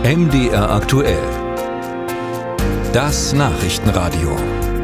MDR aktuell. Das Nachrichtenradio.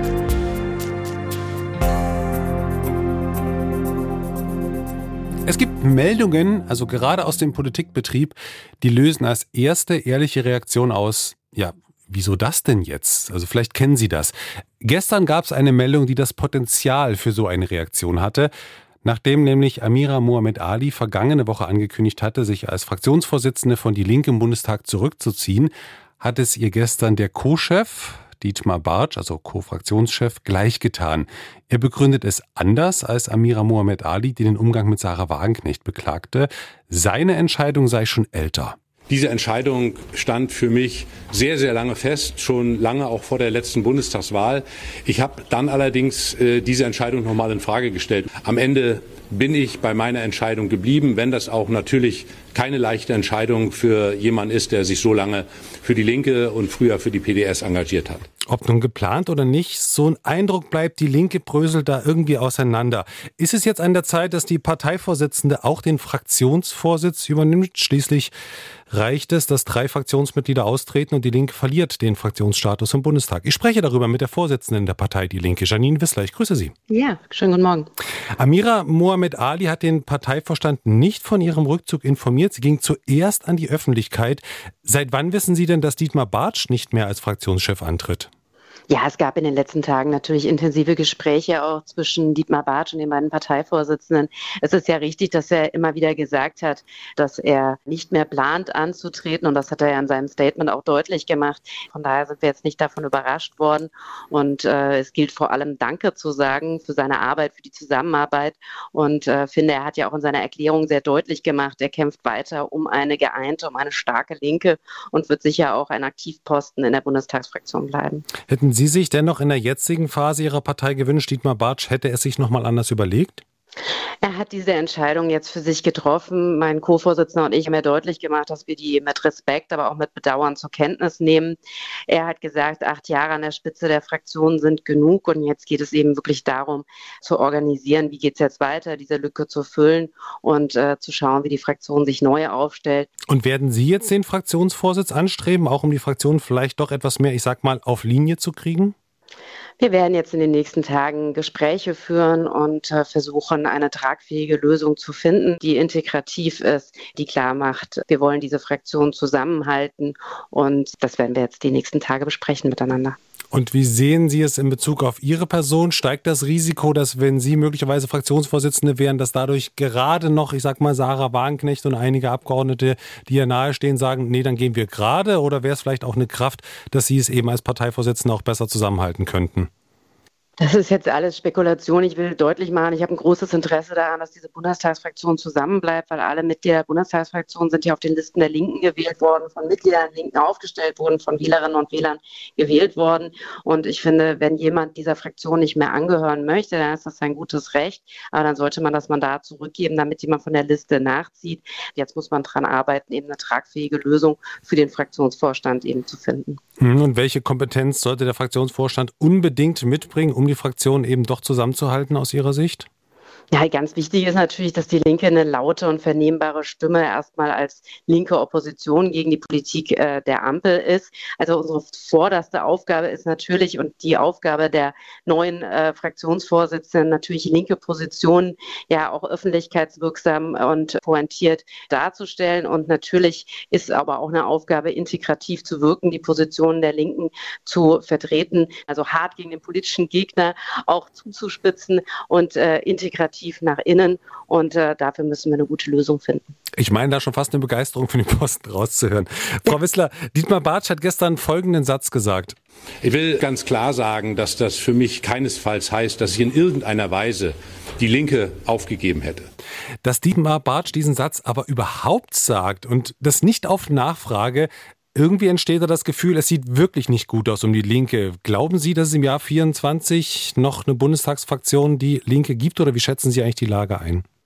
Es gibt Meldungen, also gerade aus dem Politikbetrieb, die lösen als erste ehrliche Reaktion aus, ja, wieso das denn jetzt? Also vielleicht kennen Sie das. Gestern gab es eine Meldung, die das Potenzial für so eine Reaktion hatte. Nachdem nämlich Amira Mohamed Ali vergangene Woche angekündigt hatte, sich als Fraktionsvorsitzende von Die Linke im Bundestag zurückzuziehen, hat es ihr gestern der Co-Chef Dietmar Bartsch, also Co-Fraktionschef, gleichgetan. Er begründet es anders als Amira Mohamed Ali, die den Umgang mit Sarah Wagenknecht beklagte. Seine Entscheidung sei schon älter. Diese Entscheidung stand für mich sehr, sehr lange fest, schon lange auch vor der letzten Bundestagswahl. Ich habe dann allerdings diese Entscheidung nochmal in Frage gestellt. Am Ende bin ich bei meiner Entscheidung geblieben, wenn das auch natürlich keine leichte Entscheidung für jemanden ist, der sich so lange für die Linke und früher für die PDS engagiert hat. Ob nun geplant oder nicht, so ein Eindruck bleibt, die Linke bröselt da irgendwie auseinander. Ist es jetzt an der Zeit, dass die Parteivorsitzende auch den Fraktionsvorsitz übernimmt? Schließlich reicht es, dass 3 Fraktionsmitglieder austreten und die Linke verliert den Fraktionsstatus im Bundestag. Ich spreche darüber mit der Vorsitzenden der Partei Die Linke, Janine Wissler. Ich grüße Sie. Ja, schönen guten Morgen. Amira Mohamed Ali hat den Parteivorstand nicht von ihrem Rückzug informiert. Sie ging zuerst an die Öffentlichkeit. Seit wann wissen Sie denn, dass Dietmar Bartsch nicht mehr als Fraktionschef antritt? Ja, es gab in den letzten Tagen natürlich intensive Gespräche auch zwischen Dietmar Bartsch und den beiden Parteivorsitzenden. Es ist ja richtig, dass er immer wieder gesagt hat, dass er nicht mehr plant anzutreten, und das hat er ja in seinem Statement auch deutlich gemacht. Von daher sind wir jetzt nicht davon überrascht worden, und es gilt vor allem Danke zu sagen für seine Arbeit, für die Zusammenarbeit, und finde, er hat ja auch in seiner Erklärung sehr deutlich gemacht, er kämpft weiter um eine geeinte, um eine starke Linke und wird sicher auch ein Aktivposten in der Bundestagsfraktion bleiben. Hätten Sie sich dennoch in der jetzigen Phase Ihrer Partei gewünscht, Dietmar Bartsch hätte es sich noch mal anders überlegt? Er hat diese Entscheidung jetzt für sich getroffen. Mein Co-Vorsitzender und ich haben ja deutlich gemacht, dass wir die mit Respekt, aber auch mit Bedauern zur Kenntnis nehmen. Er hat gesagt, 8 Jahre an der Spitze der Fraktion sind genug, und jetzt geht es eben wirklich darum, zu organisieren, wie geht es jetzt weiter, diese Lücke zu füllen und zu schauen, wie die Fraktion sich neu aufstellt. Und werden Sie jetzt den Fraktionsvorsitz anstreben, auch um die Fraktion vielleicht doch etwas mehr, ich sag mal, auf Linie zu kriegen? Wir werden jetzt in den nächsten Tagen Gespräche führen und versuchen, eine tragfähige Lösung zu finden, die integrativ ist, die klar macht, wir wollen diese Fraktion zusammenhalten, und das werden wir jetzt die nächsten Tage besprechen miteinander. Und wie sehen Sie es in Bezug auf Ihre Person? Steigt das Risiko, dass, wenn Sie möglicherweise Fraktionsvorsitzende wären, dass dadurch gerade noch, ich sag mal, Sarah Wagenknecht und einige Abgeordnete, die ihr nahestehen, sagen, nee, dann gehen wir gerade? Oder wäre es vielleicht auch eine Kraft, dass Sie es eben als Parteivorsitzende auch besser zusammenhalten könnten? Das ist jetzt alles Spekulation. Ich will deutlich machen, ich habe ein großes Interesse daran, dass diese Bundestagsfraktion zusammenbleibt, weil alle Mitglieder der Bundestagsfraktion sind ja auf den Listen der Linken gewählt worden, von Mitgliedern der Linken aufgestellt wurden, von Wählerinnen und Wählern gewählt worden. Und ich finde, wenn jemand dieser Fraktion nicht mehr angehören möchte, dann ist das sein gutes Recht. Aber dann sollte man das Mandat zurückgeben, damit jemand von der Liste nachzieht. Jetzt muss man daran arbeiten, eben eine tragfähige Lösung für den Fraktionsvorstand eben zu finden. Und welche Kompetenz sollte der Fraktionsvorstand unbedingt mitbringen, um die Fraktion eben doch zusammenzuhalten aus Ihrer Sicht? Ja, ganz wichtig ist natürlich, dass die Linke eine laute und vernehmbare Stimme erstmal als linke Opposition gegen die Politik der Ampel ist. Also unsere vorderste Aufgabe ist natürlich, und die Aufgabe der neuen Fraktionsvorsitzenden, natürlich linke Positionen ja auch öffentlichkeitswirksam und pointiert darzustellen. Und natürlich ist aber auch eine Aufgabe, integrativ zu wirken, die Positionen der Linken zu vertreten, also hart gegen den politischen Gegner auch zuzuspitzen und integrativ nach innen, und dafür müssen wir eine gute Lösung finden. Ich meine da schon fast eine Begeisterung von den Posten rauszuhören. Frau Wissler, Dietmar Bartsch hat gestern folgenden Satz gesagt. Ich will ganz klar sagen, dass das für mich keinesfalls heißt, dass ich in irgendeiner Weise die Linke aufgegeben hätte. Dass Dietmar Bartsch diesen Satz aber überhaupt sagt und das nicht auf Nachfrage, irgendwie entsteht da das Gefühl, es sieht wirklich nicht gut aus um die Linke. Glauben Sie, dass es im Jahr 2024 noch eine Bundestagsfraktion die Linke gibt, oder wie schätzen Sie eigentlich die Lage ein?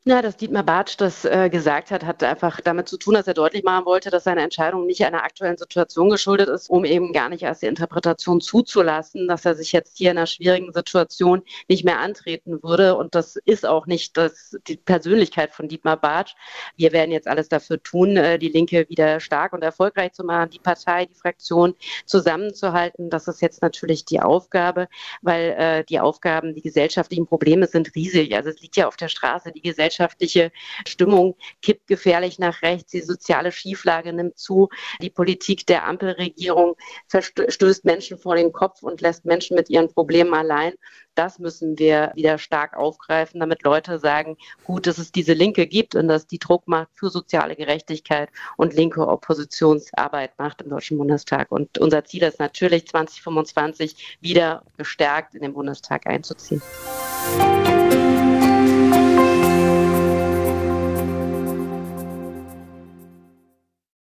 Ja, dass Dietmar Bartsch das gesagt hat einfach damit zu tun, dass er deutlich machen wollte, dass seine Entscheidung nicht einer aktuellen Situation geschuldet ist, um eben gar nicht erst die Interpretation zuzulassen, dass er sich jetzt hier in einer schwierigen Situation nicht mehr antreten würde. Und das ist auch nicht die Persönlichkeit von Dietmar Bartsch. Wir werden jetzt alles dafür tun, die Linke wieder stark und erfolgreich zu machen, die Partei, die Fraktion zusammenzuhalten. Das ist jetzt natürlich die Aufgabe, weil die gesellschaftlichen Probleme sind riesig. Also es liegt ja auf der Straße, die gesellschaftliche Stimmung kippt gefährlich nach rechts, die soziale Schieflage nimmt zu, die Politik der Ampelregierung stößt Menschen vor den Kopf und lässt Menschen mit ihren Problemen allein. Das müssen wir wieder stark aufgreifen, damit Leute sagen, gut, dass es diese Linke gibt und dass die Druck macht für soziale Gerechtigkeit und linke Oppositionsarbeit macht im Deutschen Bundestag. Und unser Ziel ist natürlich 2025 wieder gestärkt in den Bundestag einzuziehen.